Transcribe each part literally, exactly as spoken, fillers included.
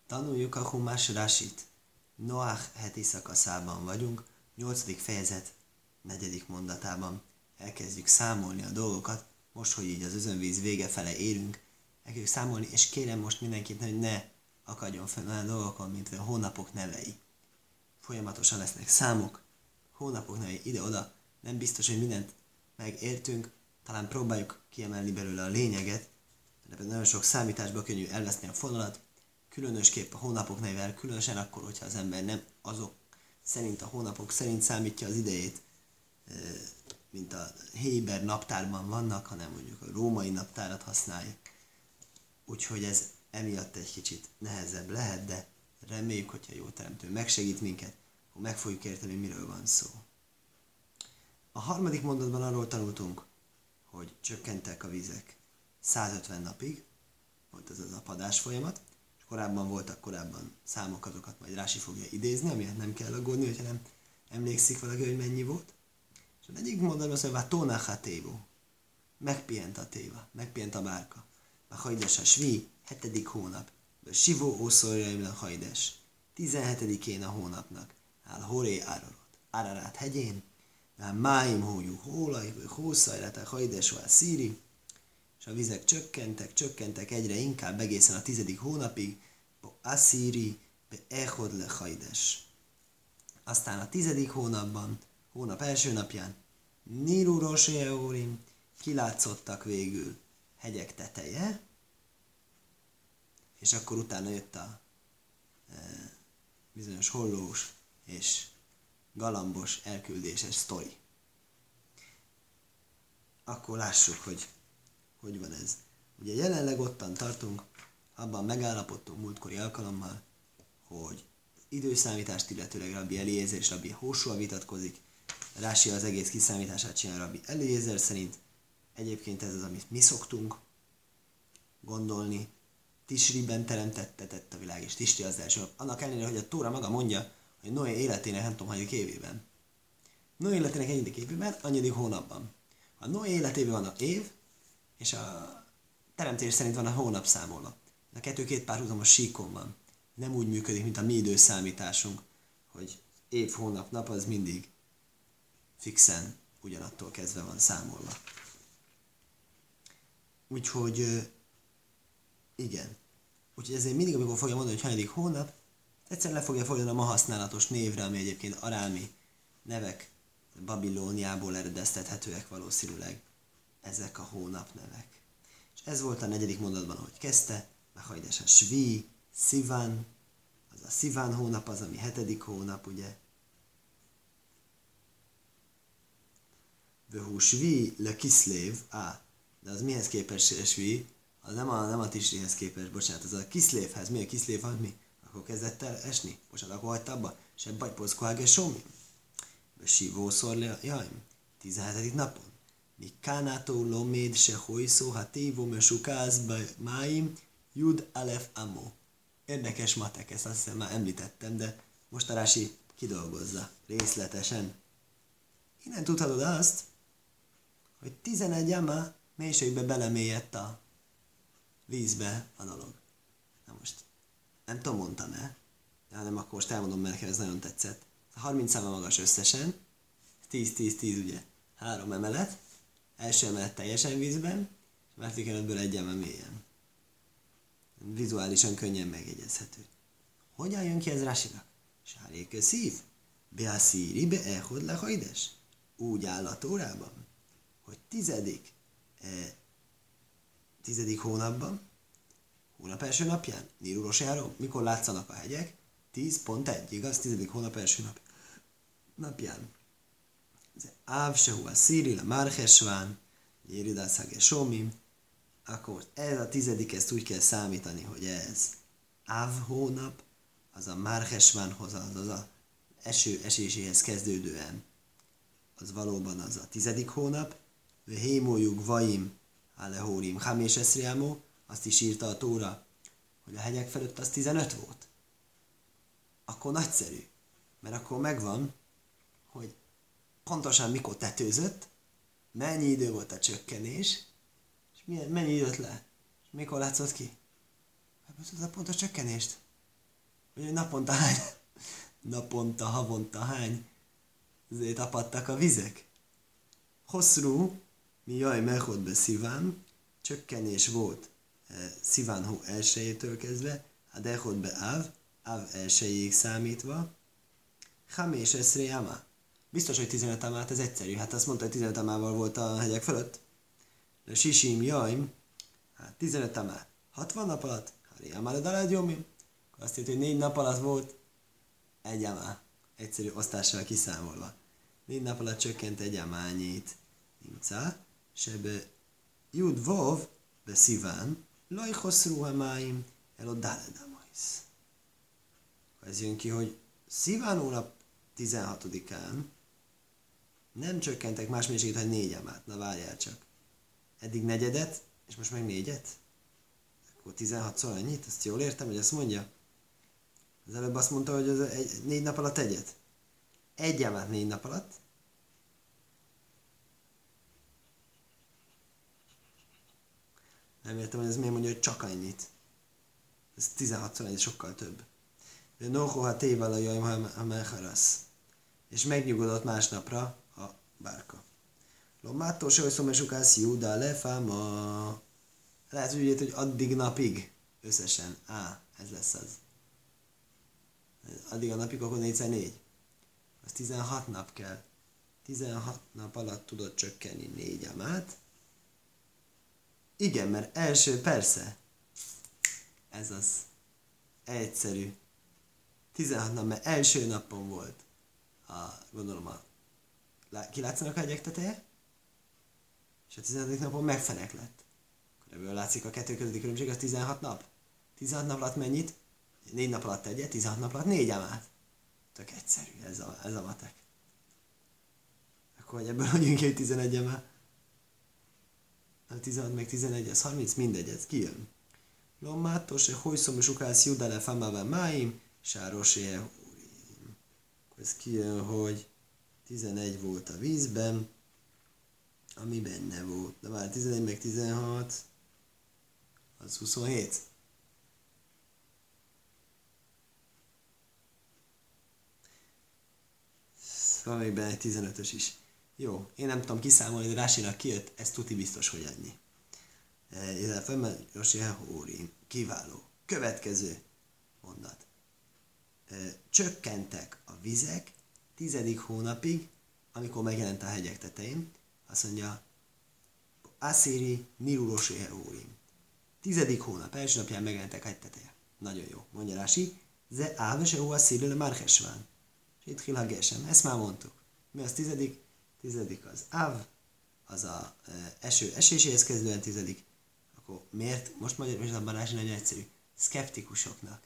Tanuljuk a Humás Rasit. Noach heti szakaszában vagyunk, nyolcadik fejezet, negyedik mondatában. Elkezdjük számolni a dolgokat, most, hogy így az özönvíz vége fele érünk, elkezdjük számolni, és kérem most mindenkit, hogy ne akadjon fel olyan dolgokon, mint a hónapok nevei. Folyamatosan lesznek számok, hónapok nevei ide-oda, nem biztos, hogy mindent megértünk, talán próbáljuk kiemelni belőle a lényeget, de nagyon sok számításba könnyű elveszni a fonalat, különösképp a hónapok nevével, különösen akkor, hogyha az ember nem azok szerint, a hónapok szerint számítja az idejét, mint a héber naptárban vannak, hanem mondjuk a római naptárat használjuk. Úgyhogy ez emiatt egy kicsit nehezebb lehet, de reméljük, hogyha jó teremtő megsegít minket, akkor meg fogjuk érteni, miről van szó. A harmadik mondatban arról tanultunk, hogy csökkentek a vizek százötven napig, volt ez az apadás folyamat, és korábban voltak korábban számok, azokat majd Rási fogja idézni, amiért nem kell aggódni, hogyha nem emlékszik valaki, hogy mennyi volt. És az egyik mondatban azt mondja, tónach a tévó, megpihent a téva, megpihent a bárka. A hajdes a svi, hetedik hónap, a sivó ószorjaim a hajdes, tizenhetedikén a hónapnak, áll horé árarot, Árarát hegyén, már máim hójú hólaj, hószajrát a hajdes a szíri, és a vizek csökkentek, csökkentek egyre inkább egészen a tizedik hónapig, bo asszíri, be echod le hajdes. Aztán a tizedik hónapban, hónap első napján, Níru Roséórim, kilátszottak végül hegyek teteje, és akkor utána jött a e, bizonyos hollós és galambos elküldéses sztori. Akkor lássuk, hogy hogy van ez. Ugye jelenleg ottan tartunk, abban megállapodtunk múltkori alkalommal, hogy időszámítást illetőleg Rabbi Eliezer és Rabbi Hósua vitatkozik. Rási az egész kiszámítását csinál Rabbi Eliezer szerint. Egyébként ez az, amit mi szoktunk gondolni. Tisriben teremtettetett a világ, és Tisri az első. Annak ellenére, hogy a Tóra maga mondja, hogy Noé életének nem tudom, hanyadik évében. Noé életének egyedik évében, annyadik hónapban. A Noé életében van a év, és a teremtés szerint van a hónap számolva. A kettő két párhuzamos síkon van. Nem úgy működik, mint a mi időszámításunk, hogy év, hónap, nap az mindig fixen ugyanattól kezdve van számolva. Úgyhogy igen. Úgyhogy ezért mindig, amikor fogja mondani, hogy hanyadik hónap, egyszerűen le fogja fordítani a ma használatos névre, ami egyébként arámi nevek, Babilóniából eredeztethetőek valószínűleg ezek a hónapnevek. És ez volt a negyedik mondatban, ahogy kezdte, Mechajdes a Svi, Sziván, az a Sziván hónap az, ami hetedik hónap, ugye. Vöhú Svi le Kiszlév, á, de az mihez képest Svi? Az nem a, nem a Tisrihez képest, bocsánat, az a Kiszlévhez, mi a Kiszlév, az mi? Akkor kezdett el esni? Bocsánat, akkor hagyta abba? Se baj, poszkoháge somi. Sivószor le, jaj, tizenhetedik napon. Mikánátó loméd se hojszó, ha tévó mesukáz máim, jud alef amo. Érdekes matek, ezt azt hiszem már említettem, de most a Rási kidolgozza részletesen. Innen tudhatod azt, hogy tizenegy ama mélységbe belemélyedt a vízbe a dolog. Na most, nem tudom, mondtam-e, de hanem akkor most elmondom, mert ez nagyon tetszett. harminc száma magas összesen, tíz tíz tíz ugye, három emelet, első emelet teljesen vízben, és a másik emeletből egy emel mélyen. Vizuálisan könnyen megjegyezhető. Hogyan jön ki ez Rásinak? Sáréke szív, beászíri, beehod le hajdes. Úgy áll a Tórában, hogy tizedik, eh, tizedik hónapban, hónap első napján, Níruros járó, mikor látszanak a hegyek? tíz pont egy, igaz? tizedik hónap első nap, napján. Áv sehu a szíri, a márhesván, jéridászage somim, akkor ez a tizedik, ezt úgy kell számítani, hogy ez Áv hónap, az a márhesvánhoz, az, az a eső eséséhez kezdődően, az valóban az a tizedik hónap, ő hémójuk vaim, alehórim, hamés eszriámó, azt is írta a Tóra, hogy a hegyek felett az tizenöt volt. Akkor nagyszerű, mert akkor megvan, hogy pontosan mikor tetőzött, mennyi idő volt a csökkenés, és milyen, mennyi időt le, és mikor látszott ki. Hát ez a pontos csökkenést. hogy naponta hány, naponta, havonta hány azért apadtak a vizek. Hosszú, mi jaj, mechod be szíván, csökkenés volt e, szíván hó elsőjétől kezdve, a dechod be áv, áv elsőjéig számítva, hamés eszré amá. Biztos, hogy tizenöt amát, ez egyszerű. Hát azt mondta, hogy tizenöt amával volt a hegyek fölött. De sisim jaim, hát tizenöt amá, hatvan nap alatt, hát amá de jomim. Azt jelenti, hogy négy nap alatt volt egy amá. Egyszerű osztással kiszámolva. Négy nap alatt csökkent egy amányit. Nimca, sebe jud vov be szíván, laj hosszú hamáim, elod dáledamajsz. Ez jön ki, hogy szíván hónap tizenhatodikán nem csökkentek más mennyiséget, hogy négy amát. Na várjál csak. Eddig negyedet, és most meg négyet? Akkor tizenhatszor annyit? Ezt jól értem, hogy azt mondja? Az előbb azt mondta, hogy az egy, négy nap alatt egyet. Egy amát négy nap alatt. Nem értem, hogy ez miért mondja, hogy csak annyit. Ez tizenhatszor annyit, sokkal több. De nohoha téval a jaim ha mecharasz. És megnyugodott másnapra a bárka. Lomátó se, hogy szomesukász júda lefáma. Lehet, hogy, hogy addig napig összesen. Á, ez lesz az. Addig a napig, akkor négyszer négy. Az tizenhat nap kell. tizenhat nap alatt tudod csökkenni négy amát. Igen, mert első, persze. Ez az. Egyszerű. tizenhat nap, mert első napon volt. A, gondolom a... Kilátszanak a hegyek teteje? És a tizenhatodik napon megfenek lett. Akkor ebből látszik a kettő közötti különbség, az tizenhat nap. tizenhat nap alatt mennyit? négy nap alatt egyet, tizenhat nap alatt négy amát. Tök egyszerű ez a, ez a matek. Akkor hogy ebből hogyan ki, hogy tizenegy amát? tizenhat meg tizenegy, ez harminc, mindegy, ez kijön. Lommátos, hogy hojszom és ukász judale famában máim, sárosé húrim. Akkor ez kijön, hogy tizenegy volt a vízben, ami benne volt. De már tizenegy meg tizenhat, az huszonhét. Van még benne egy tizenötös is. Jó, én nem tudom kiszámolni, de Rásinak kijött, ez tuti biztos, hogy adni. Illetve Josi Hóri, kiváló. Következő mondat. Csökkentek a vizek tizedik hónapig, amikor megjelent a hegyek tetején. Azt mondja, Asszíri Nirulosi Hóri. Tizedik hónap, első napján megjelentek a hegy teteje. Nagyon jó, mondja Rási. Ze ávese hó Asszíri le Márhesván. És itt Hilha Gesem, ezt már mondtuk. Mi az tizedik? Tizedik az Áv, az a e, eső eséséhez kezdően tizedik. Akkor miért? Most magyarul Rási nagyon egyszerű. Szkeptikusoknak.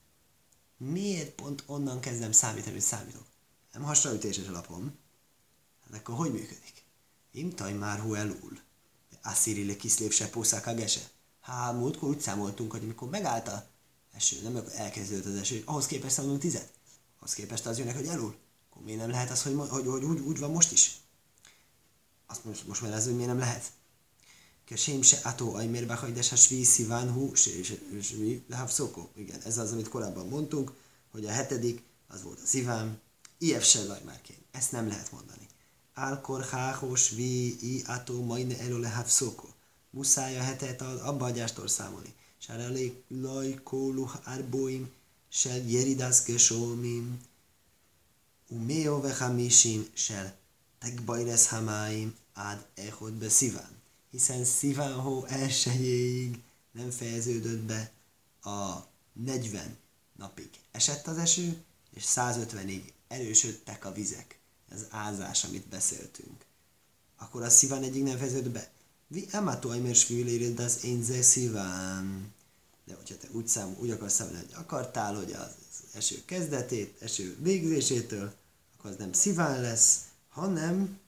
Miért pont onnan kezdem számítani, hogy számítok? Nem hasraütéses alapon. Hát akkor hogy működik? Imtaj már hu elul. Asszíri le kiszlév se pószák a gese. Hát múltkor úgy számoltunk, hogy amikor megállt a eső, nem akkor elkezdődött az eső, ahhoz képest számolunk tizet. Ahhoz képest az jönnek, hogy elul. Akkor miért nem lehet az, hogy, hogy, hogy úgy, úgy van most is? Azt most, most már ez, hogy miért nem lehet? Kesém se ató ajmér behajdes ha sví szíván hú, sví lehav szokó. Igen, ez az, amit korábban mondtunk, hogy a hetedik, az volt a szívám. Ief se lajmárként. Ezt nem lehet mondani. Álkor háhó sví i ató majne elő lehav szokó. Muszáj a hetet abba a gyástól számolni. Sárálék lajkólu árbóim, se jeridász gesómim. Uméo vechamisim sel tegbajresz hamáim ád echod be szíván. Hiszen szíván hó elsőjéig nem fejeződött be a negyven napig esett az eső, és százötvenig erősödtek a vizek. Ez ázás, amit beszéltünk. Akkor a szíván egyik nem fejeződött be. Vi emató ajmér svűléred, de az én ze szíván. De hogyha te úgy, szám, úgy akarsz számolni, hogy akartál, hogy az eső kezdetét, eső végzésétől, akkor az nem szíván lesz, hanem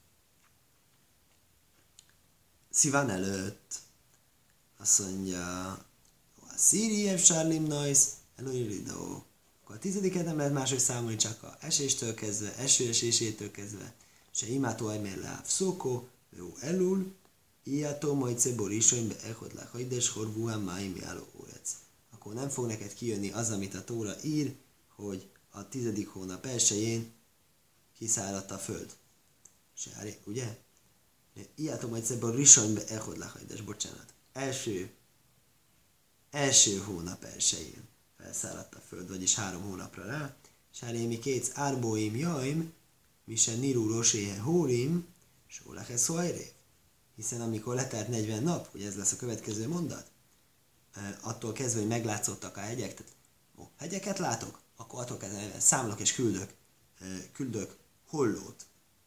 szíván előtt. Azt mondja, a Szíri Sárlim Najsz, Eloiridó. Akkor a tizediket nem lehet máshogy számolni, csak a eséstől kezdve, eső esésétől kezdve. Se imátó ajmér leáv szókó, jó elul, ilyátó majd cebor isonybe echod le hajdes horvúhán máim jáló órec. Akkor nem fog neked kijönni az, amit a Tóra ír, hogy a tizedik hónap elsőjén kiszáradt a föld. Sári, ugye? Ijátom, hogy ebből risonybe elhod lehajdes, bocsánat. Első, első hónap elsőjén felszáradt a föld, vagyis három hónapra rá. Sári, mi két árbóim jaim, mi se nirú roséhe hórim, sólehe szóajré. Hiszen amikor letelt negyven nap, ugye ez lesz a következő mondat, attól kezdve, hogy meglátszottak a hegyek, tehát ó, hegyeket látok, akkor attól kezdve számolok és küldök, küldök hollót.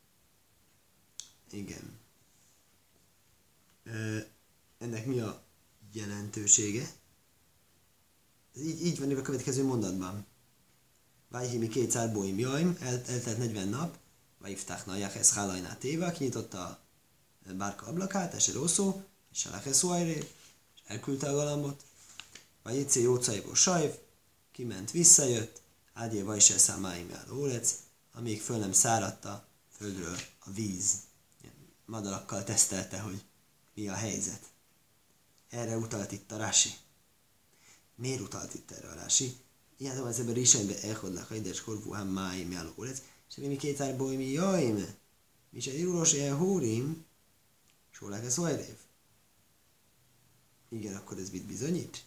Igen. Ennek mi a jelentősége? Ez így, így van a következő mondatban. Vájhi mi két szárbóim jaim, eltelt negyven nap, Vájifták najáhez hálajnát téve, kinyitotta a bárka ablakát, eser oszó, és a leheszóajré, és elküldte a galambot. Vagy itt jócaiból sajv, kiment, visszajött, ádjé vajse számáim el órec, amíg föl nem száradt a földről a víz. Madarakkal tesztelte, hogy mi a helyzet. Erre utalt itt a Rási. Miért utalt itt erre a Rási? Ilyen az ebben risánybe elhodlak, ha ides korvú hám máim el órec, és mi két árból mi jaim, mi se írulos ilyen hórim, sólák ez hajrév. Igen, akkor ez mit bizonyít?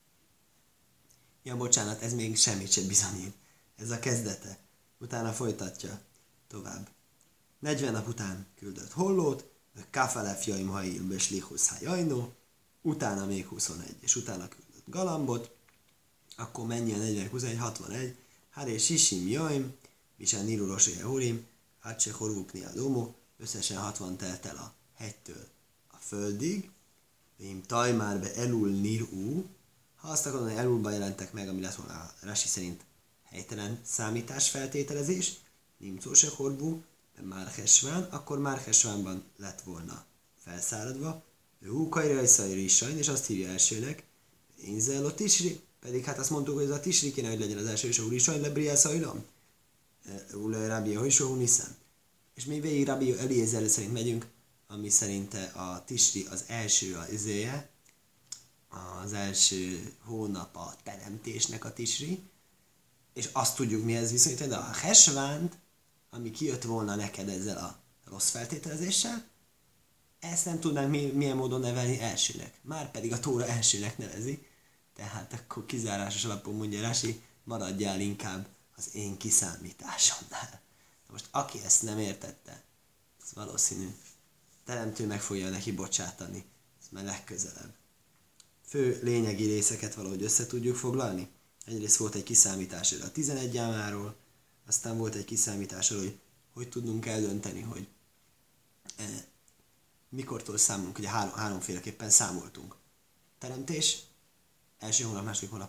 Ja, bocsánat, ez még semmit sem bizonyít. Ez a kezdete. Utána folytatja tovább. negyven nap után küldött hollót, káfelef jaim hail beslichusz hajajnó, utána még huszonegy, és utána küldött galambot, akkor mennyi a negyven, huszonegy, hatvanegy, hát és sisim jaim, misán nirulos éhe hórim, hát se horvukni a domo, összesen hatvan telt el a hegytől a földig, én tajmár be elul nirú, ha azt akarom, hogy elulba jelentek meg, ami lett volna a Rási szerint helytelen számítás feltételezés, nimcó se horbú, de Márhesván, akkor Márhesvánban lett volna felszáradva, ő húkajrajszai risajn, és azt hívja elsőnek, én zelo tisri, pedig hát azt mondtuk, hogy ez a tisri kéne, hogy legyen az első, és a risajn le briászajlom, ule Rabbi Hoisó Niszem. És mi végig Rabbi Eliezer szerint megyünk, ami szerint a tisri az első az izéje, az első hónap a teremtésnek a tisri, és azt tudjuk mihez viszonyítani, de a hesvánt, ami kijött volna neked ezzel a rossz feltételezéssel, ezt nem tudnánk mi, milyen módon nevelni elsőnek. Már pedig a Tóra elsőnek nevezi, tehát akkor kizárásos alapon mondja Rási, maradjál inkább az én kiszámításomnál. Most aki ezt nem értette, az valószínű teremtő meg fogja neki bocsátani, ez már legközelebb. Fő lényegi részeket valahogy össze tudjuk foglalni. Egyrészt volt egy kiszámítás a tizenegy jámáról, aztán volt egy kiszámítás, hogy hogy tudnunk eldönteni, hogy eh, mikortól számolunk, ugye három, háromféleképpen számoltunk. Teremtés, első hónap, második hónap,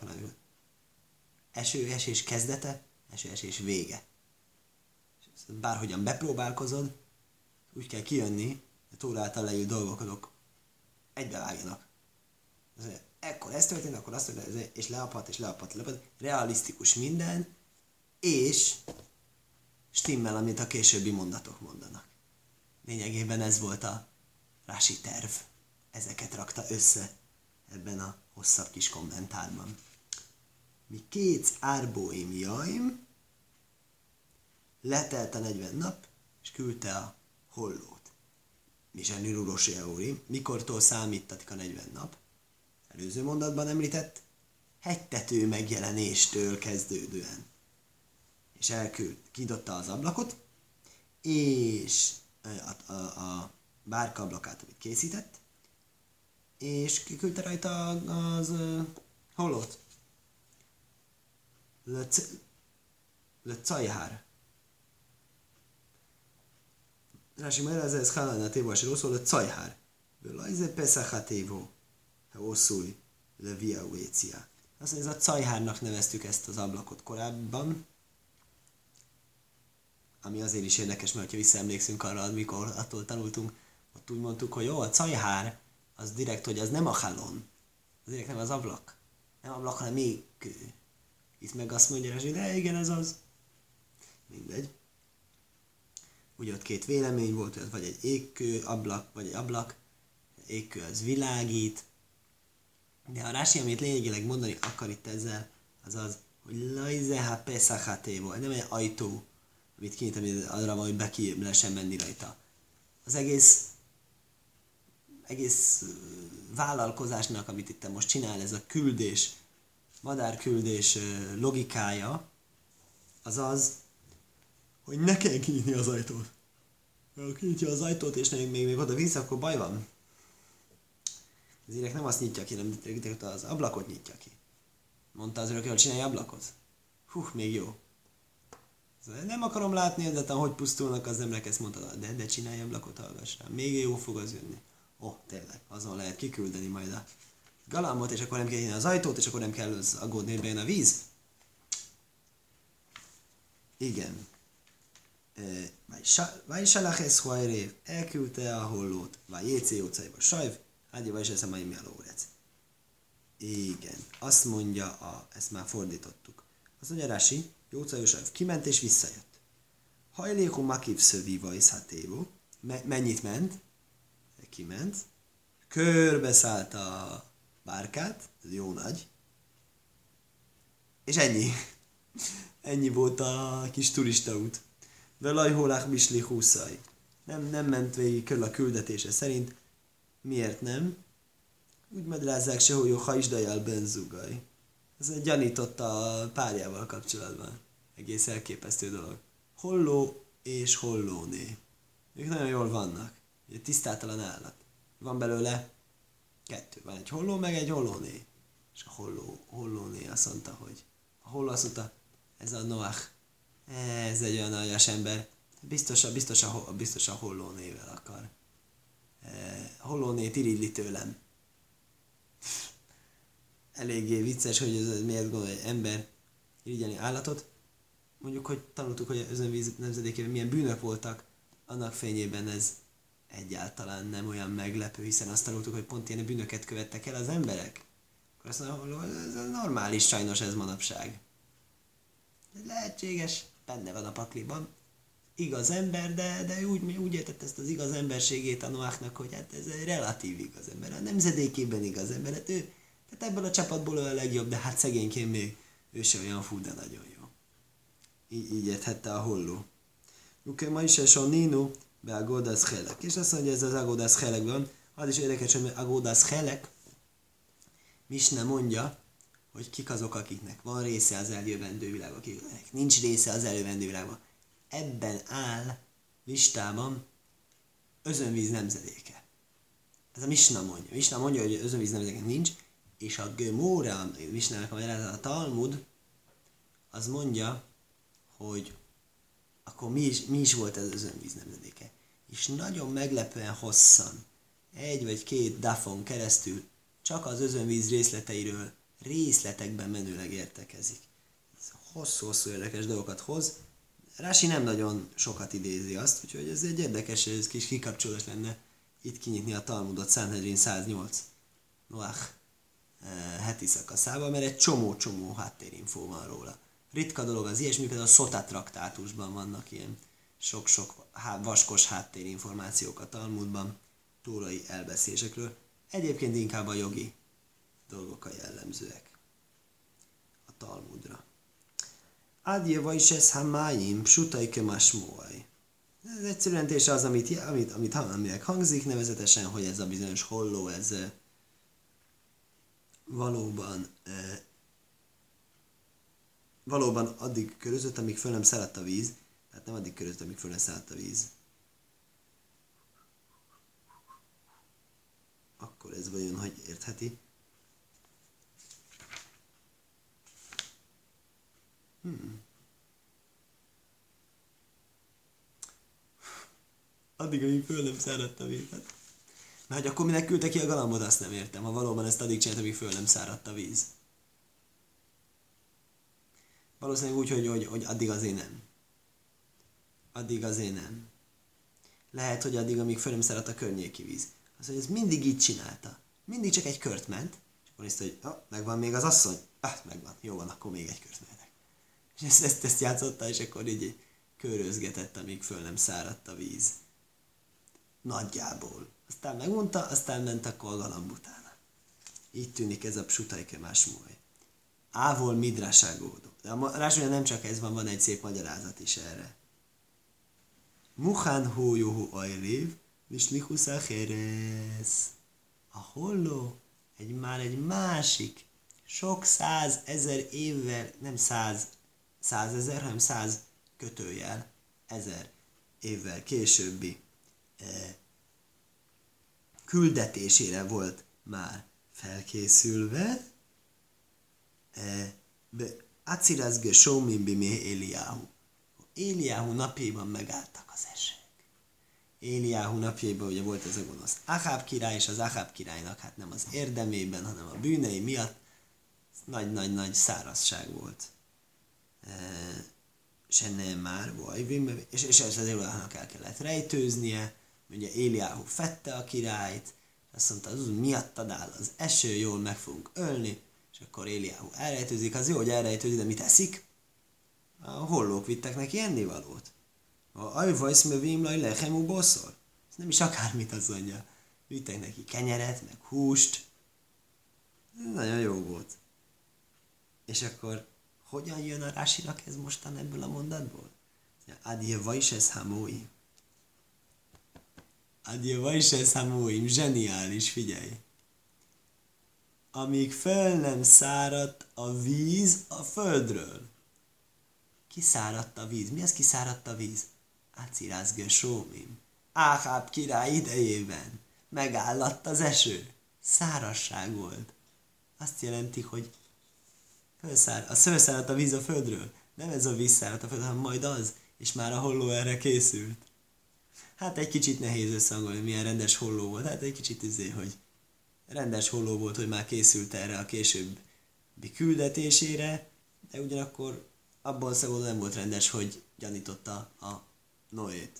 esőesés kezdete, esőesés vége. Bárhogyan bepróbálkozod, úgy kell kijönni, a Tóra által leírt dolgok egybevágjanak. Ekkor ez történt, akkor azt történt, és leaphat, és leaphat, leaphat. Realisztikus minden, és stimmel, amit a későbbi mondatok mondanak. Lényegében ez volt a Rási terv. Ezeket rakta össze ebben a hosszabb kis kommentárban. Mi két árbóim jaim, letelt a negyven nap, és küldte a hollót. Mi sem nirúrosi eórim, mikortól számítatik a negyven nap? Előző mondatban említett hegytető megjelenéstől kezdődően. És elküld, kinyitotta az ablakot, és a, a, a bárka ablakát, amit készített, és kiküldte rajta az uh, hollót. Le cajhár. Rási magyarázza, ez hálálna tévó, és rosszul le cajhár. Lajze pesach tévó. Ha osszúj le via uécia. Azt mondja, ez a cajhárnak neveztük ezt az ablakot korábban, ami azért is érdekes, mert ha visszaemlékszünk arra, amikor attól tanultunk, ott úgy mondtuk, hogy jó, a cajhár, az direkt, hogy az nem a halon, az direkt nem az ablak. Nem ablak, hanem égkő. Itt meg azt mondja, hogy de igen, ez az. Mindegy. Ugye ott két vélemény volt, vagy egy égkő ablak, vagy egy ablak. Égkő az világít. De a Rási, amit lényegileg mondani akar itt ezzel, az az, hogy lajzeha peszachatévo, nem egy ajtó, amit kinyitom, arra van, hogy be ki lehessen menni rajta. Az egész, egész vállalkozásnak, amit itt most csinál, ez a küldés, madárküldés logikája, az az, hogy ne kell kinyitni az ajtót. Ha kinyitja az ajtót, és még, még, még oda víz, akkor baj van. Az írek nem azt nyitja ki, nem az ablakot nyitja ki. Mondta az örökké, hogy csinálj ablakot. Hú, még jó. Nem akarom látni, de hogy pusztulnak az emberek, ezt mondta, de, de csinálj ablakot, hallgass rá. Még jó fog az jönni. Ó, oh, tényleg, azon lehet kiküldeni majd a galambot, és akkor nem kell az ajtót, és akkor nem kell az aggódni, hogy bejön a víz. Igen. Vajsalach ez huajrév, elküldte a hollót, vagy jécé jócaiba sajv, ágyi vagy ez a mai mielórec. Igen, azt mondja, a, ezt már fordítottuk. Azt mondja Rasi, jócaiba sajv, kiment és visszajött. Hajléku makiv szövi vajszhatévó, mennyit ment? Kiment, körbeszállt a bárkát, ez jó nagy, és ennyi. Ennyi volt a kis turistaút. Velajhólák misli húszai. Nem, nem ment végig körül a küldetése szerint. Miért nem? Úgy madrázzák se, hogy ha is dajál benzugaj. Ez egy gyanított a párjával kapcsolatban. Egész elképesztő dolog. Holló és hollóné. Ők nagyon jól vannak. Egy tisztátalan állat. Van belőle kettő. Van egy holló, meg egy hollóné. És a holló, hollóné azt mondta, hogy a holló azt mondta, ez a Noach, ez egy olyan aljas ember, biztos a, biztos a, biztos a hollónével akar. E, hollónét irigyli tőlem. Eléggé vicces, hogy ez miért gondol, hogy ember irigyelni állatot. Mondjuk, hogy tanultuk, hogy az özönvíz nemzedékében milyen bűnök voltak, annak fényében ez egyáltalán nem olyan meglepő, hiszen azt tanultuk, hogy pont ilyen bűnöket követtek el az emberek. Akkor azt mondom, hogy ez normális sajnos ez manapság. Lehetséges, benne van a pakliban. Igaz ember, de, de úgy, úgy értett ezt az igaz emberségét a Noachnak, hogy hát ez egy relatív igaz ember. A nemzedékében igaz ember. Hát ő, tehát ebből a csapatból ő a legjobb, de hát szegényként még ő se olyan fú, de nagyon jó. Így, így érthette a holló. Uké, ma is a Nino be Agodas Helek. És azt mondja, ez az Agodas Helekben, az is érdekes, hogy Agodas Helek Misne mondja, hogy kik azok, akiknek van része az eljövendő világban, akiknek nincs része az eljövendő világban. Ebben áll listában özönvíz nemzedéke. Ez a Misna mondja. A Misna mondja, hogy özönvíz nemzedéke nincs, és a Gemóra, a Misnának a, a Talmud, az mondja, hogy akkor mi is, mi is volt ez az özönvíz nemzedéke. És nagyon meglepően hosszan, egy vagy két dafon keresztül csak az özönvíz részleteiről részletekben menőleg értekezik. Ez hosszú-hosszú érdekes dolgokat hoz. Rási nem nagyon sokat idézi azt, úgyhogy ez egy érdekes, ez kis kikapcsolós lenne itt kinyitni a Talmudot Sanhedrin száznyolc Noach e, heti szakaszába, mert egy csomó-csomó háttérinfó van róla. Ritka dolog az ilyesmi, például a Szota traktátusban vannak ilyen sok-sok há- vaskos háttérinformációk a Talmudban, tórai elbeszélésekről. Egyébként inkább a jogi dolgok a jellemzőek a Talmudra. Ádjeva is ez hamáim, psutaike masmóaj. Ez egyszerűen és az, amit, amit, amit aminek hangzik, nevezetesen, hogy ez a bizonyos holló, ez valóban valóban addig körözött, amíg föl nem száradt a víz, tehát nem addig körözött, amíg föl nem száradt a víz. Akkor ez vajon, hogy értheti? Hmm. Addig, amíg föl nem száradt a víz. Na, hogy akkor minek küldte ki a galambot, azt nem értem. Ha valóban ezt addig csinált, amíg föl nem száradt a víz. Valószínűleg úgy, hogy, hogy, hogy addig azért nem. Addig azért nem. Lehet, hogy addig, amíg föl nem száradt a környéki víz. Az, hogy ez mindig így csinálta. Mindig csak egy kört ment, és akkor nézte, hogy oh, megvan még az asszony. Ah, megvan, jó van, akkor még egy kört mennek. És ezt, ezt, ezt játszotta, és akkor így körözgetett, amíg föl nem száradt a víz. Nagyjából. Aztán megmondta, aztán ment akkor a galamb utána. Így tűnik ez a psutaike másmój. Ávol midráságódó. De a Rási nem csak ez van, van egy szép magyarázat is erre. Muhán hójóhó ajlév, mislichus acheres. A holló egy, már egy másik, sok száz ezer évvel, nem száz, százezer, hanem száz kötőjel, ezer évvel későbbi eh, küldetésére volt már felkészülve. Eh, Acirazge sómin bimé Éliáhu. Éliáhu napjaiban megálltak az esők. Éliáhu napjaiban ugye volt ez a gonosz Aháb király, és az Aháb királynak hát nem az érdemében, hanem a bűnei miatt nagy-nagy-nagy szárazság volt. E, se nem már, és, és ezt az Éliáhunak el kellett rejtőznie, ugye Éliáhu fette a királyt, azt mondta, az miattad áll az eső, jól meg fogunk ölni, és akkor Éliáhu elrejtőzik, az jó, hogy elrejtőzik, de mit eszik? A hollók vittek neki ennivalót. A ajvajsz mövim laj lechemú boszor. Ez nem is akármit az mondja. Vittek neki kenyeret, meg húst. Ez nagyon jó volt. És akkor hogyan jön a Rásinak ez mostan ebből a mondatból? Adje vajses hamóim. Adje vajses hamóim. Zseniális, figyelj. Amíg fel nem száradt a víz a földről. Kiszáradt a víz. Mi az kiszáradt a víz? Ácirázgő sómim. Áháb király idejében megállatt az eső. Szárasság volt. Azt jelenti, hogy felszár, a felszáradt a víz a földről. Nem ez a víz száradt a földről, hanem majd az, és már a holló erre készült. Hát egy kicsit nehéz összehangolni, milyen rendes holló volt. Hát egy kicsit izé, hogy rendes holló volt, hogy már készült erre a későbbi küldetésére, de ugyanakkor abban a szempontból nem volt rendes, hogy gyanította a Noét.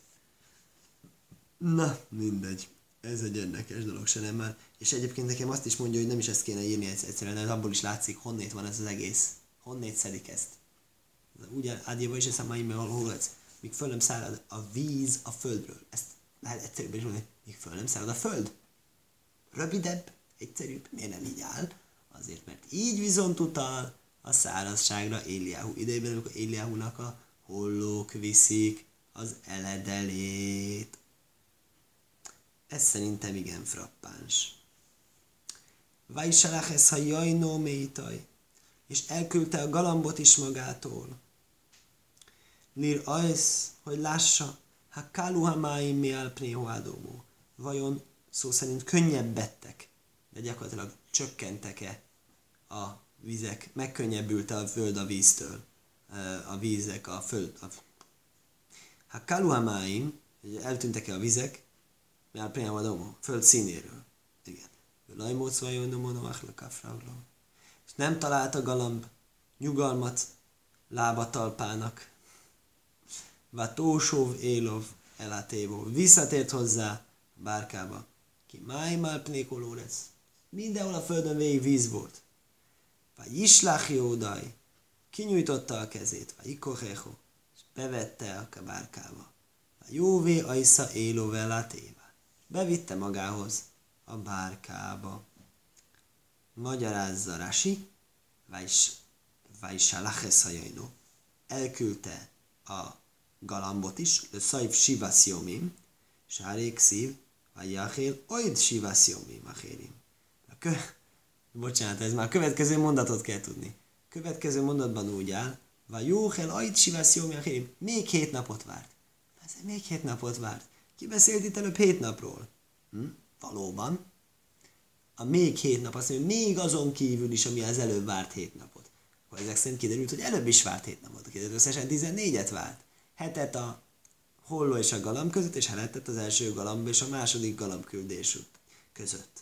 Na, mindegy. Ez egy érdekes dolog, se nem már. És egyébként nekem azt is mondja, hogy nem is ezt kéne írni egyszerűen, ez abból is látszik, honnét van ez az egész. Honnét szedik ezt. Ugye ádjéba is ez a mai meghalolhatsz. Míg föl nem szárad a víz a földről. Ezt lehet egyszerűbb is mondani, míg föl nem szárad a föld. Rövidebb, egyszerűbb, miért nem így áll? Azért, mert így viszont utal a szárazságra Éliáhu idejében, amikor Éliáhunak a hollók viszik az eledelét. Ez szerintem igen frappáns. Vajsalach ez ha jajnó métaj, és elküldte a galambot is magától. Lír ajsz, hogy lássa, ha káluhamáim mi alpnéhoádomó. Vajon szó szerint könnyebbettek, de gyakorlatilag csökkentek-e a vizek, megkönnyebbült-e a föld a víztől, a vízek, a föld. A... Ha kaluhamáim, eltűntek-e a vizek, mi alpnéhoádomó, föld színéről. Igen. Lajmóc vajon nomonomach lekafrauló. És nem talált a galamb nyugalmat lábatalpának. Vatósov élov elatévó. Visszatért hozzá a bárkába. Ki májmál pnékoló lesz. Mindenhol a földön végig víz volt. Vagy islach jódaj. Kinyújtotta a kezét. Vagy ikohecho. És bevette a bárkába. Vagy jóvé ajsza élov elatéva. Bevitte magához a bárkába. Magyarázza Rasi. Vajsalach hajajnó. Elküldte a galambot is, a szajv sivaszjomim, sárék szív, a jachél, ojd sivaszjomim a hérim. Kö... Bocsánat, ez már a következő mondatot kell tudni. Következő mondatban úgy áll, va jóhel, ojd sivaszjomim a hérim. Még hét napot várt. Ez még hét napot várt. Ki beszélt itt előbb hét napról? Hm? Valóban. A még hét nap azt mondja, még azon kívül is, ami az előbb várt hét napot. Akkor ezek szerint kiderült, hogy előbb is várt hét napot. Kiderült, összesen tizennégyet várt. Hetet a holló és a galamb között, és hetet az első galamb és a második galamb küldés között.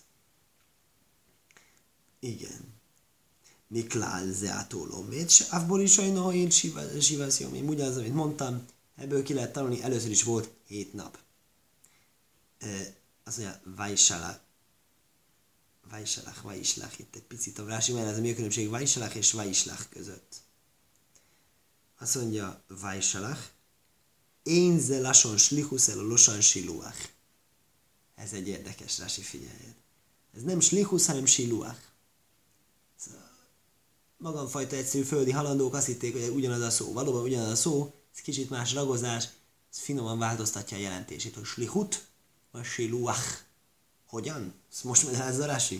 Igen. Miklál zeátólomét, se avból is olyan, hogy én sivaszjomim. Ugyanaz, amit mondtam, ebből ki lehet tanulni, először is volt hét nap. E, azt mondja, vajsalach, vajsalach, vajslach, itt egy picit a Rási, mert ez a mi a különbség vajsalach és vajslach között. Azt mondja, vajsalach, én ze lason slichus el a losan siluach. Ez egy érdekes, Rási, figyeljed. Ez nem slichus, hanem siluach. magamfajta egyszerű földi halandók azt hitték, hogy ugyanaz a szó. Valóban ugyanaz a szó, ez kicsit más ragozás, ez finoman változtatja a jelentését, hogy slihut, vagy siluach. Hogyan? Ezt most magyarázza Rási?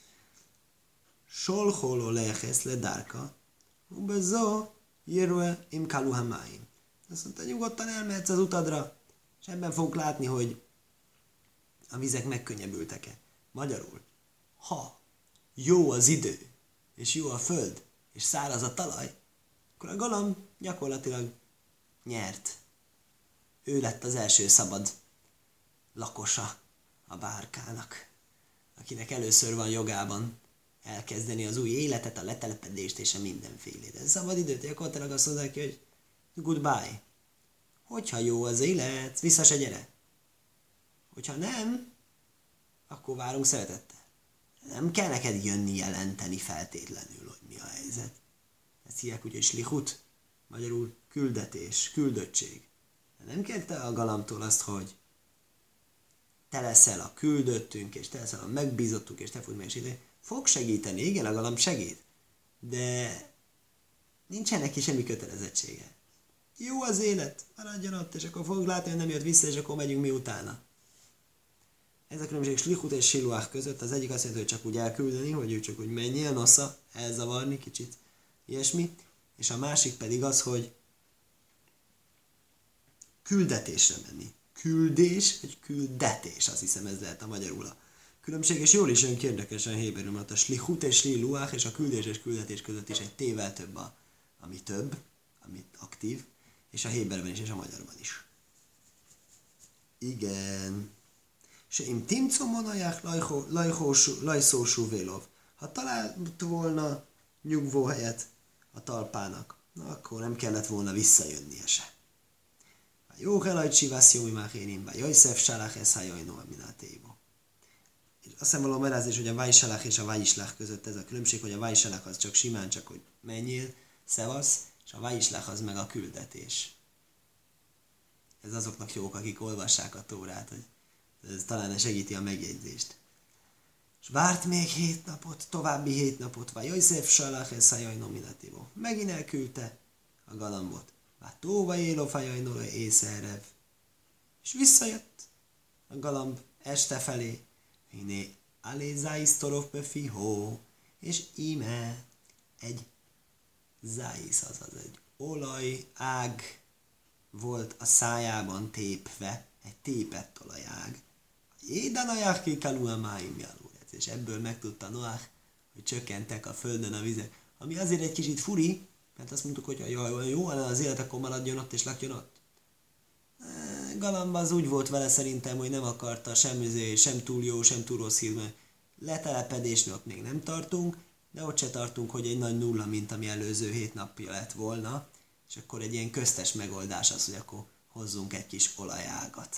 Solholo lehesz le dárka, ubezó jirue im kaluhamáim. Azt mondta, nyugodtan elmehetsz az utadra, és ebben fogunk látni, hogy a vizek megkönnyebbültek-e. Magyarul, ha jó az idő, és jó a föld, és száraz a talaj, akkor a galamb gyakorlatilag nyert. Ő lett az első szabad lakosa a bárkának, akinek először van jogában elkezdeni az új életet, a letelepedést és a mindenfélét. Ez szabad időt, gyakorlatilag azt mondják, hogy goodbye. Hogyha jó az élet, vissza se gyere. Hogyha nem, akkor várunk szeretettel. Nem kell neked jönni jelenteni feltétlenül, hogy mi a helyzet. Ezt hívják úgy, hogy slihut, magyarul küldetés, küldöttség. De nem kell te a galambtól azt, hogy te leszel a küldöttünk, és te leszel a megbízottunk, és te fogd meg segíteni. Fog segíteni, igen, a galamb segít, de nincsen neki semmi kötelezettsége. Jó az élet, maradjon ott, és akkor fogunk látni, hogy nem jött vissza, és akkor megyünk mi utána. Ez a különbség slihut és siluach között, az egyik azt jelenti, hogy csak úgy elküldeni, hogy ő csak úgy menjél, nosza, elzavarni kicsit, ilyesmi, és a másik pedig az, hogy küldetésre menni. Küldés, vagy küldetés, azt hiszem ez lehet a magyarul a különbség, és jól is jön érdekesen héberül, mert a slihut és siluach és a küldés és küldetés között is egy tével több, a, ami több, ami aktív, és a héberben is, és a magyarban is. Igen. Se im timcomonajach lajszósú vélov. Ha talált volna nyugvó helyet a talpának, na akkor nem kellett volna visszajönnie se. Jó helajt sivász jó imáhénim, vagy Jajszef salach ez hajajnó minatévo. És azt hiszem való merázés, hogy a vájsalach és a vájislach között ez a különbség, hogy a vájsalach az csak simán, csak hogy menjél, szevasz, és a vájislach az meg a küldetés. Ez azoknak jók, akik olvassák a Tórát, hogy ez talán segíti a megjegyzést. És várt még hét napot, további hét napot, vagy Jajszef salach ez hajajnó minatévo. Megint elküldte a galambot. Vátóva élofajajnóra észerev. És visszajött a galamb este felé. Hiné alézáisztorov befihó. És íme egy záisz, azaz egy olaj ág volt a szájában tépve, egy tépett olajág. Jédanajach ki kaluamáim jalúrec. És ebből megtudta Noach, hogy csökkentek a földön a vizek. Ami azért egy kicsit furi, mert azt mondtuk, hogy jaj, olyan jó, az élet, akkor maradjon ott és lakjon ott. Galamb az úgy volt vele szerintem, hogy nem akarta sem, sem túl jó, sem túl rossz hír, mert letelepedésnél ott még nem tartunk, de ott se tartunk, hogy egy nagy nulla, mint ami előző hét napja lett volna, és akkor egy ilyen köztes megoldás az, hogy akkor hozzunk egy kis olajágat.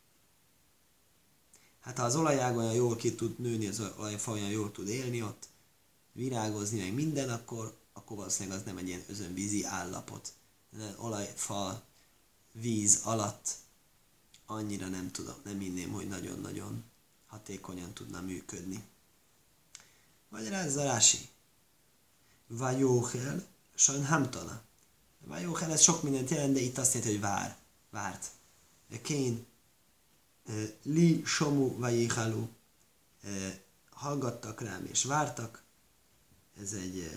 Hát ha az olajág olyan jól ki tud nőni, az olajfa olyan jól tud élni ott, virágozni, meg minden, akkor akkor valószínűleg az nem egy ilyen özönvízi állapot. Olajfa, víz alatt annyira nem tudom, nem hinném, hogy nagyon-nagyon hatékonyan tudna működni. Magyarázza Rási. Vajóhel, sajnhamtana. Vajóhel, ez sok mindent jelent, de itt azt jelenti, hogy vár. Várt. Kén, li, somu, vajihalu. Hallgattak rám és vártak. Ez egy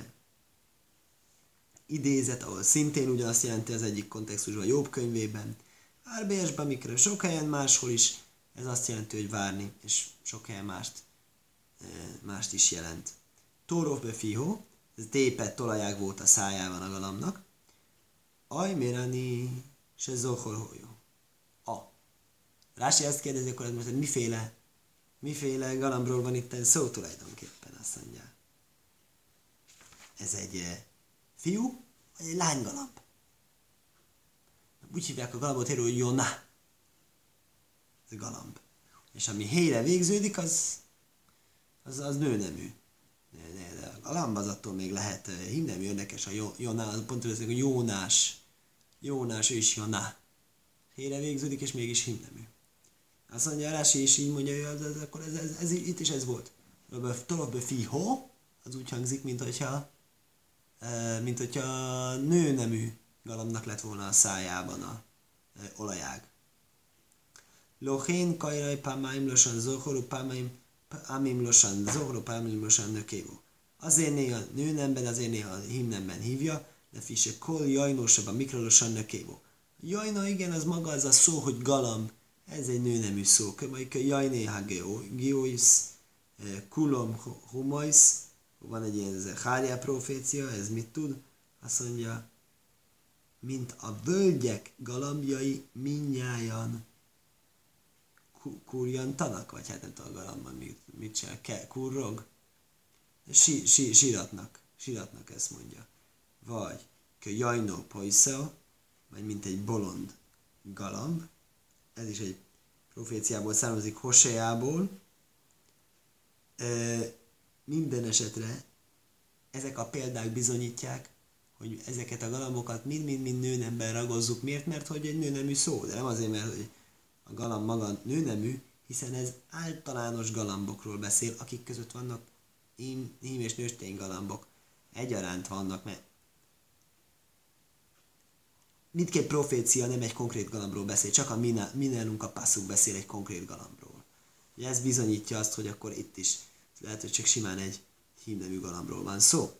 idézet, ahol szintén ugyanazt jelenti az egyik kontextusban, a Jobb könyvében, Árbélyesben, mikor sok helyen máshol is, ez azt jelenti, hogy várni, és sok helyen mást, mást is jelent. Tórov befihó, ez tépett olajág volt a szájában a galambnak. Ajmérani se zohorhójó. A. Rási ezt kérdezi, akkor ez most miféle, miféle galambról van itt szó tulajdonképpen, azt mondja. Ez egy fiú, vagy egy lánygalamb. Úgy hívják a galambot, hogy Jona. Ez a galamb. És ami héjre végződik, az, az, az nőnemű. De, de, de a galamb az attól még lehet himnemű, érdekes a Jona, pont az, hogy Jónás. Jónás, ő is Jona. Héjre végződik, és mégis himnemű. Azt mondja, Rási is így mondja, hogy ez, akkor ez, ez, ez, itt is ez volt. Tolobbe fihó, az úgy hangzik, mint hogyha mint hogyha nőnemű galambnak lett volna a szájában a olajág. Lochén kajraj pámáim losan zohorú pámáim ámim losan zohorú pámáim losan nökévó. Azért néha nőnemben, azért néha hímnemben hívja, de fise kol jajnósabb a mikrolosan nökévó. Jajna, igen, az maga az a szó, hogy galamb. Ez egy nőnemű szó. Kömelyik a jajné hageo, giois, kulom humais. Van egy ilyen Hárjá profécia, ez mit tud? Azt mondja, mint a völgyek galambjai minnyájan kurjantanak, vagy hát nem tudom a galambban mit, mit csinál, Ke, kurrog, sí, sí, síratnak, síratnak ezt mondja. Vagy kö jajnó pajszeo, vagy mint egy bolond galamb, ez is egy proféciából származik, Hoseából. E, minden esetre ezek a példák bizonyítják, hogy ezeket a galambokat mind-mind-mind nőnemben ragozzuk. Miért? Mert hogy egy nőnemű szó, de nem azért, mert hogy a galamb maga nőnemű, hiszen ez általános galambokról beszél, akik között vannak hím, hím és nőstény galambok. Egyaránt vannak, mert mindkét profécia nem egy konkrét galambról beszél, csak a Minelunk a passzuk beszél egy konkrét galambról. Ugye ez bizonyítja azt, hogy akkor itt is lehet, hogy csak simán egy hímnemű galambról van szó.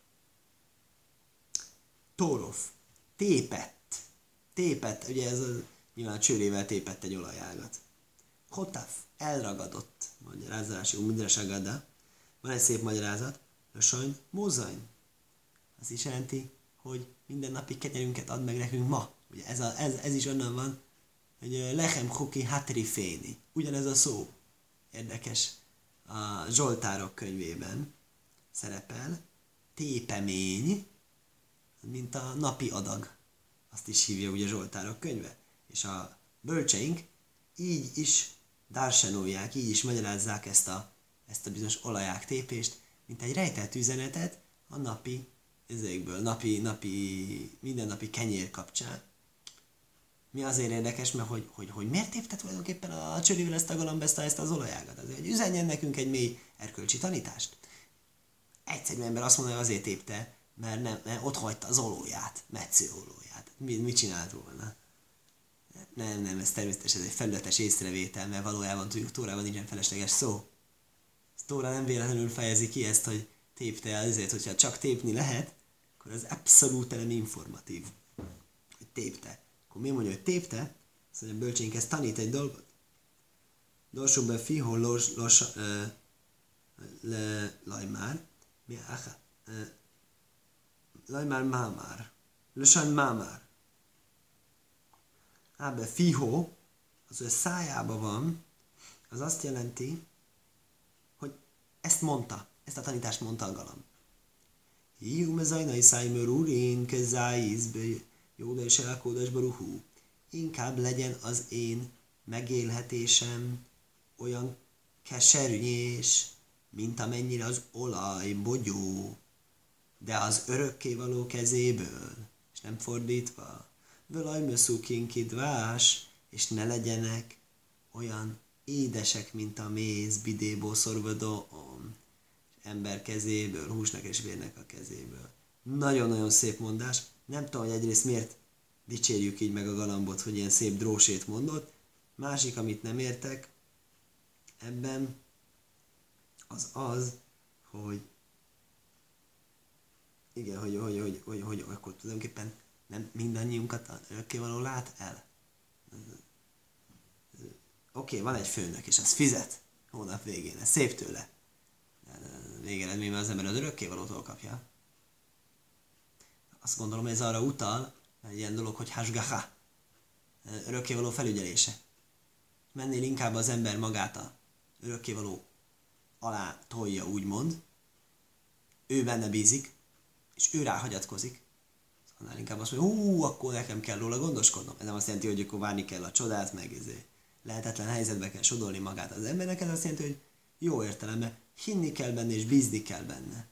Tórof, tépett, tépett, ugye ez a, nyilván a csőrével tépett egy olajágat. Hotaf, elragadott, magyarázási umidresagada. Van egy szép magyarázat, Lösajn, mózajn. Az is jelenti, hogy mindennapi kenyerünket ad meg nekünk ma. Ugye ez, a, ez, ez is onnan van, hogy lechem huki hatri féni. Ugyanez a szó. Érdekes. A Zsoltárok könyvében szerepel tépemény, mint a napi adag. Azt is hívja ugye Zsoltárok könyve. És a bölcseink így is dársenolják, így is magyarázzák ezt a, ezt a bizonyos olaják tépést, mint egy rejtett üzenetet a napi ezekből, napi, napi, mindennapi kenyér kapcsán. Mi azért érdekes, mert hogy, hogy, hogy miért tépte tulajdonképpen a csőrével ezt a galamb, ezt, ezt az olajágat? Azért, hogy üzenjen nekünk egy mély erkölcsi tanítást. Egyszerű ember azt mondja, hogy azért tépte, mert, nem, mert ott hagyta az olóját, metsző olóját. Mit, mit csinált volna? Nem, nem, ez természetesen egy felületes észrevétel, mert valójában tudjuk, Tórában nincsen felesleges szó. Tóra nem véletlenül fejezi ki ezt, hogy tépte azért, hogyha csak tépni lehet, akkor az abszolút nem informatív. Hogy tépte. Akkor mi mondja, hogy tépte? Azt mondja, a bölcsénk ezt tanít egy dolgot. Dorsuk be fiho los, los, uh, le, lajmár, mi acha, uh, lajmár mámár, lösan mámár. Ábe fiho, az ő szájában van, az azt jelenti, hogy ezt mondta, ezt a tanítást mondta a galamb. Hiú mezajnai szájmör úrén, kezáizbe, jóda és elkódasba ruhú. Inkább legyen az én megélhetésem olyan kesernyés, mint amennyire az olaj, bogyó, de az örökkévaló kezéből, és nem fordítva. Völajmöszúkinkidvás, és ne legyenek olyan édesek, mint a méz, bidéból szorvadóm, ember kezéből, húsnak és vérnek a kezéből. Nagyon-nagyon szép mondás. Nem tudom, hogy egyrészt miért dicsérjük így meg a galambot, hogy ilyen szép drósét mondott. Másik, amit nem értek ebben, az az, hogy igen, hogy, hogy, hogy, hogy, hogy, hogy akkor tulajdonképpen nem mindannyiunkat örökkévaló lát el. Oké, okay, van egy főnök, és az fizet hónap végén, ez szép tőle. Végeredményben az ember az örökkévalótól kapja. Azt gondolom, hogy ez arra utal, egy ilyen dolog, hogy hashgacha, örökkévaló felügyelése. Mennél inkább az ember magát a örökkévaló alá tolja, úgymond, ő benne bízik, és ő ráhagyatkozik. Annál inkább azt mondja, hú, akkor nekem kell róla gondoskodnom. Ez nem azt jelenti, hogy akkor várni kell a csodát, meg ezért lehetetlen helyzetbe kell sodolni magát az embernek, ez azt jelenti, hogy jó értelemben hinni kell benne, és bízni kell benne.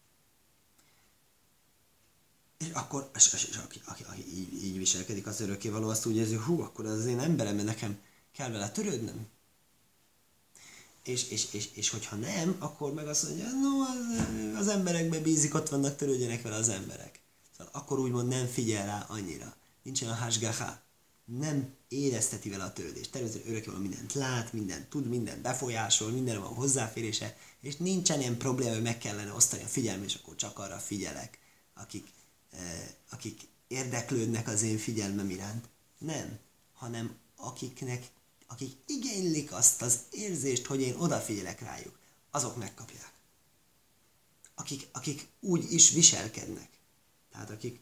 És akkor, és, és, és aki, aki, aki így, így viselkedik az örökkévaló, azt úgy érzi, hú, akkor az én emberem, nekem kell vele törődnöm. és, és, és, és hogyha nem, akkor meg azt mondja, no, az, az emberekben bízik, ott vannak, törődjenek vele az emberek. Szóval akkor úgymond nem figyel rá annyira. Nincsen a hashgacha. Nem érezteti vele a törődést. Természetesen örökkévaló mindent lát, mindent tud, mindent befolyásol, mindenre van hozzáférése, és nincsen ilyen probléma, hogy meg kellene osztani a figyelmet, és akkor csak arra figyelek, akik, eh, akik érdeklődnek az én figyelmem iránt. Nem, hanem akiknek, akik igénylik azt az érzést, hogy én odafigyelek rájuk, azok megkapják. Akik, akik úgy is viselkednek. Tehát akik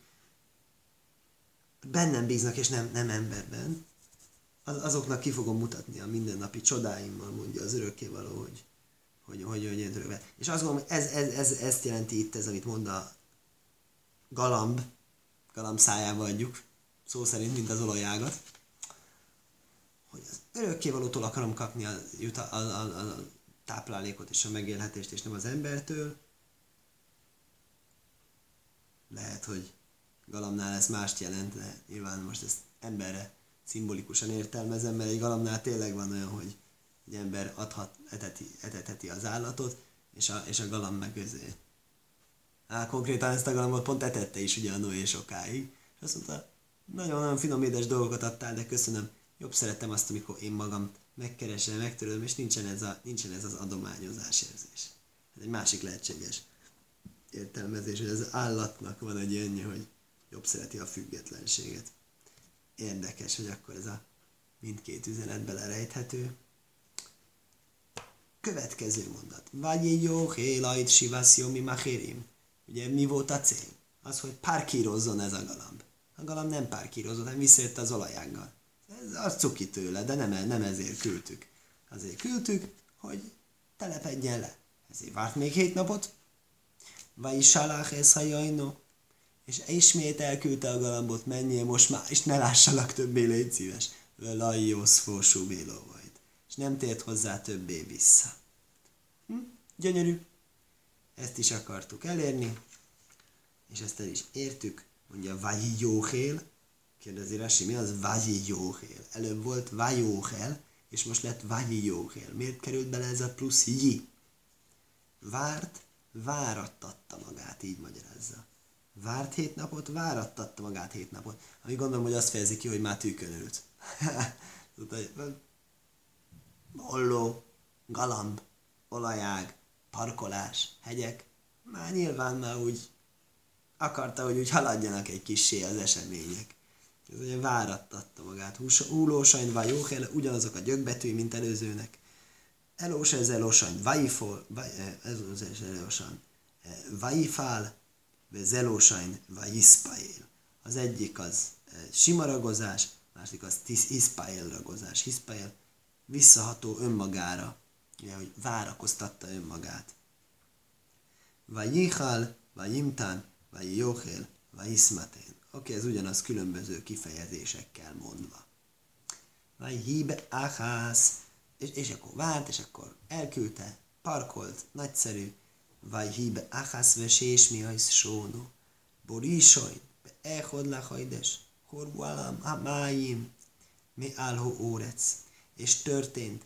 bennem bíznak, és nem, nem emberben, az, azoknak ki fogom mutatni a mindennapi csodáimmal, mondja az örökkévaló, hogy hogy, hogy, hogy hogy és azt gondolom, hogy ez, ez, ez, ezt jelenti itt ez, amit mond a galamb, galamb szájába adjuk, szó szerint, mint az olajágat, hogy az örökkévalótól akarom kapni a, a, a, a, a táplálékot és a megélhetést, és nem az embertől. Lehet, hogy galambnál ez mást jelent, de nyilván most ezt emberre szimbolikusan értelmezem, mert egy galambnál tényleg van olyan, hogy egy ember adhat, eteti, etetheti az állatot, és a, és a galamb meg közé. Á, konkrétan ezt a galambot pont etette is ugye a Noé sokáig, és azt mondta, nagyon-nagyon finom édes dolgokat adtál, de köszönöm, jobb szeretem azt, amikor én magam megkeresem, megtöröm, és nincsen ez, a, nincsen ez az adományozás érzés. Ez egy másik lehetséges értelmezés, hogy az állatnak van egy ilyenje, hogy jobb szereti a függetlenséget. Érdekes, hogy akkor ez a mindkét üzenet belerejthető. Következő mondat. Vagy jó, hélajt, sivasziomi machérim. Ugye mi volt a cél? Az, hogy párkírozzon ez a galamb. A galamb nem párkírozott, hanem visszajött az olajággal. Ez az cuki tőle, de nem, nem ezért küldtük. Azért küldtük, hogy telepedjen le. Ezért várt még hét napot. Vagy salach ez hajajno. És ismét elküldte a galambot, menjél most már, és ne lássalak többé, légy szíves. Lajjósz fósú béló vagy. És nem tért hozzá többé vissza. Hm? Gyönyörű. Ezt is akartuk elérni, és ezt el is értük. Mondja, vagyi jóhél. Kérdezi Rasi, mi az vagyi jóhél? Előbb volt vajóhél, és most lett vagyi jóhél. Miért került bele ez a plusz ji? Várt, várattatta magát, így magyarázza. Várt hét napot, várattatta magát hét napot. Ami gondolom, hogy azt fejezi ki, hogy már tűkön ült. Olló, galamb, olajág, parkolás, hegyek. Már nyilván már úgy akarta, hogy úgy haladjanak egy kissé az események. Ez ugye várattatta magát. Húlósajn, vajóhel, ugyanazok a gyökbetűi, mint előzőnek. Elós, ez elósajn, vajifol, ez az elósajn, vajifál, zelósajn, vajiszpaél. Az egyik az sima ragozás, másik az hiszpaél ragozás. Hiszpaél visszaható önmagára, ugye, hogy várakoztatta önmagát. Vajichal, vajimtán, vajijóhél, vajiszmatén. Oké, ez ugyanaz különböző kifejezésekkel mondva. Vajhíbe achász, és, és akkor várt, és akkor elküldte, parkolt, nagyszerű. Vajhíbe achász vesés mi hajsz sónó. Borísojn, be echod lachajdes, horbu alam, hamájim, mi álhó órec. És történt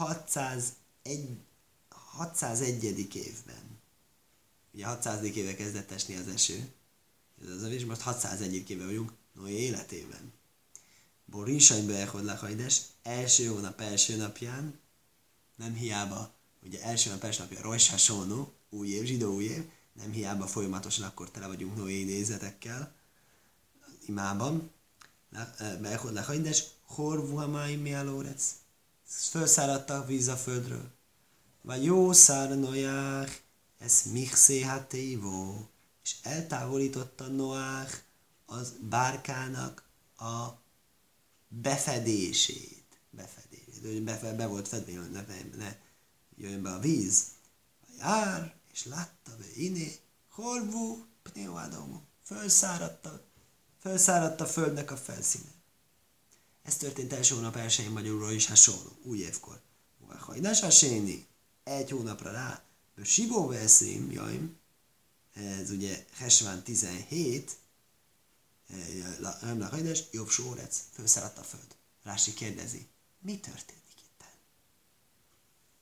hatszázegy. évben. Ugye hatszázadik éve kezdett esni az eső. Ez az a és most hatszázegy. éve vagyunk Noé életében. Borísajn beechod lachajdes, első hónap első napján, nem hiába, ugye első nap első napja Rosh Hashanah, új év, zsidó új év, nem hiába folyamatosan akkor tele vagyunk Noé idézetekkel, imában, beechod lachajdes, horvu hamáim mi alórec. Felszáradt a víz a földről. Vagy jó szárnoják, ez michszé hatévó. És eltávolította Noach az bárkának a befedését. Befedését. Be, be volt fedve, hogy ne, ne jöjjön be a víz. Jár, és látta be iné, horvú, pneuadomu. Felszáradt a, felszáradt a földnek a felszíne. Ez történt első hónap elsőjén magyarul is hasonló, új évkor. Hajnás haséni, egy hónapra rá, Sivó veszém, jaim, ez ugye Hesván tizenhét, Remlach hajnás, jobb sórec, felszáradt a föld. Rási kérdezi, mi történik itt?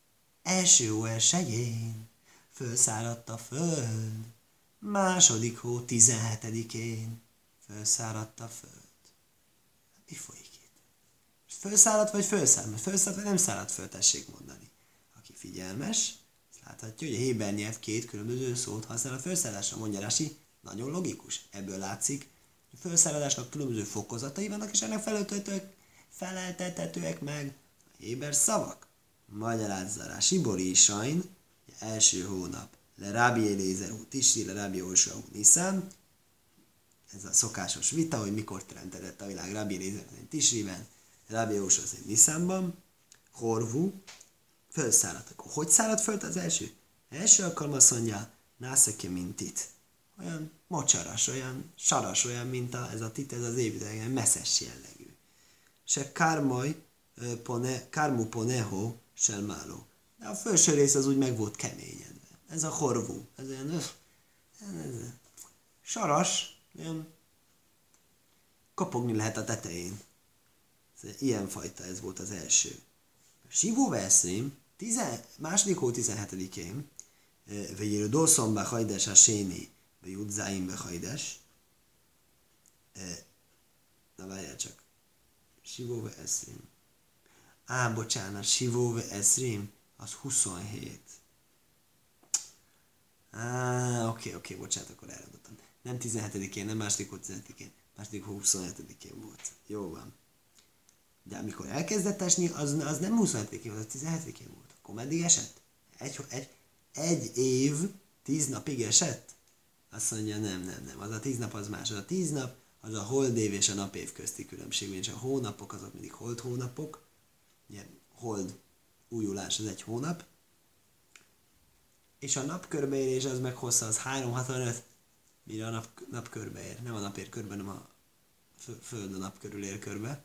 Első hó elsején fölszáradt a föld, második hó tizenhetedikén fölszáradt a föld. Mi folyik itt? Fölszáradt vagy fölszáradt? Mert fölszáradt vagy nem száradt föl, tessék mondani. Aki figyelmes, azt láthatja, hogy a héber nyelv két különböző szót használ a fölszáradásra, mondja Rási, nagyon logikus. Ebből látszik, hogy a fölszáradásnak különböző fokozatai vannak, és ennek feleltetőek, feleltethetőek meg a héber szavak. Magyarázza Rási, Bori Sajn, első hónap, le Rábi Elézer ú Tisri, le Rábi Jósua ú Niszán. Ez a szokásos vita, hogy mikor teremtedett a világ Rábi Elézer szerint Tisriben, Rábi Jósua szerint Niszánban. Horvú, fölszáradt. Akkor hogy száradt föl az első? Első alkalom azt mondja, nászeke mint tit. Olyan mocsaras, olyan saras, olyan, mint a, ez a tit, ez az építően, messzes jellegű. Se kármaj, pone, kármu poneho, selmáló. De a felső rész az úgy meg volt keményedve. Ez a horvú. Ez olyan, ez, ez, saras, olyan kopogni lehet a tetején. Ilyen fajta ez volt az első. Sivó veszrém, második hó tizenhetedikén, vegyérő doszom be hajdes a séni, be jutzáim be hajdes. Na várjál csak. Sivó veszrém. Á, bocsánat, Sivó veszrém, az huszonhét. Á, oké, oké, bocsánat, akkor elrondottam. Nem tizenhetedikén, nem második hó tizenhetedikén, második hó huszonhetedikén volt. Jó van. De amikor elkezdett esni, az, az nem huszonhetedikén volt, az tizenhetedikén volt. Akkor meddig esett? Egy, egy, egy év, tíz napig esett? Azt mondja, nem, nem, nem. Az a tíz nap az más. Az a tíz nap, az a holdév és a napév közti különbség. És a hónapok azok mindig hold hónapok. Ugye, hold újulás az egy hónap. És a nap körbeérés az meg hossza, az három hatvanöt, mire a nap, nap körbeér. Nem a nap ér körbe, hanem a föld a nap körül ér körbe.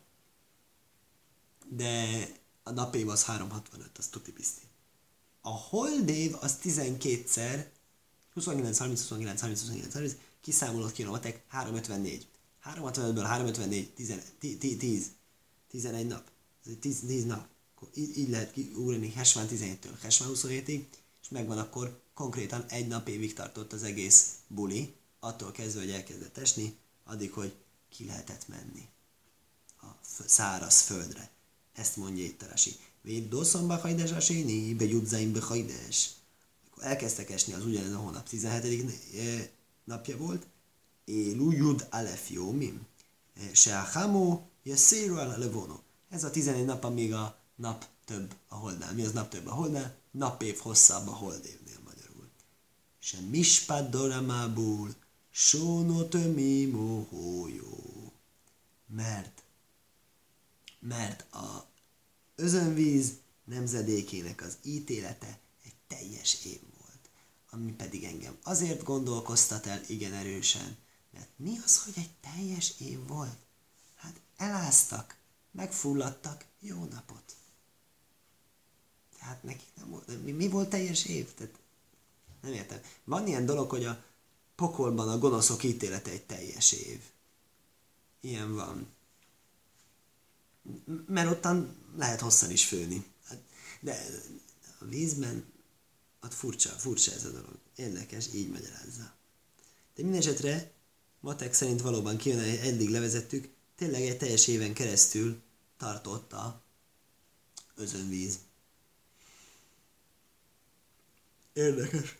De a napév az három hatvanöt, az tuti bizti. A holdév az tizenkétszer, huszonkilenc harminc, huszonkilenc harminc, huszonkilenc harminc, kiszámolott ki a matek, háromszázötvennégy. háromszázötvenötből háromszázötvennégy, tíz, tizenegy nap. Ez egy tíz, tíz nap. Akkor így, így lehet kiugrani Hesván tizenhéttől Hesván huszonhétig, és megvan akkor konkrétan egy nap évig tartott az egész buli, attól kezdve, hogy elkezdett esni, addig, hogy ki lehetett menni a száraz földre. Ezt mondja itt a Rasi. Véd doszomba hajdes a séni, be jutzaimbe hajdes. Amikor elkezdtek esni, az ugyanez a hónap tizenhetedik napja volt. Élu jud alef jómim. Se a hamó, jösszéru al levono. Ez a tizenegy nap, amíg a nap több a holdnál. Mi az nap több a holdnál? Napév hosszabb a holdévnél magyarul. Se mispad doramából, sónot ömimo hójó. Mert mert a özönvíz nemzedékének az ítélete egy teljes év volt, ami pedig engem azért gondolkoztat el igen erősen, mert mi az, hogy egy teljes év volt? Hát eláztak, megfulladtak, jó napot. Tehát nekik nem volt, mi, mi volt teljes év? Tehát nem értem. Van ilyen dolog, hogy a pokolban a gonoszok ítélete egy teljes év. Ilyen van. Mert ottan lehet hosszan is főni. De a vízben ott furcsa, furcsa ez a dolog. Érdekes, így magyarázza. De mindesetre, matek szerint valóban kijön, hogy eddig levezettük, tényleg egy teljes éven keresztül tartott a özönvíz. Érdekes.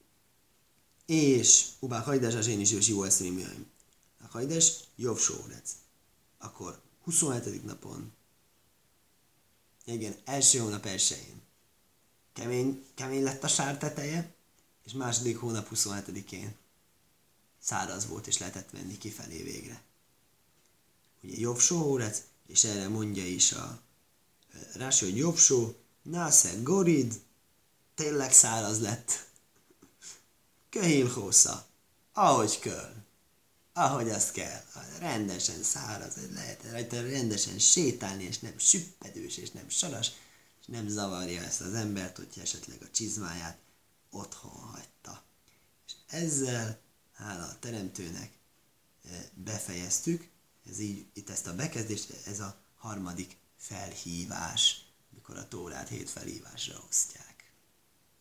És, ubá hajdes az én is jó jó eszemű miaim. A hajdes jobb sórec. Akkor huszonhetedik napon, igen, első hónap elsején kemény, kemény lett a sár teteje, és második hónap huszonhetedikén száraz volt, és lehetett menni kifelé végre. Ugye Jovsó hórec, és erre mondja is a Rási, hogy Jovsó, násze gorid, tényleg száraz lett. Köhil hósza, ahogy kell. Ahogy azt kell, rendesen száraz, lehet rajta rendesen sétálni, és nem süppedős, és nem saras, és nem zavarja ezt az embert, hogyha esetleg a csizmáját otthon hagyta. És ezzel, hála a teremtőnek, befejeztük, ez így, itt ezt a bekezdést, ez a harmadik felhívás, mikor a Tórát hét felhívásra osztják.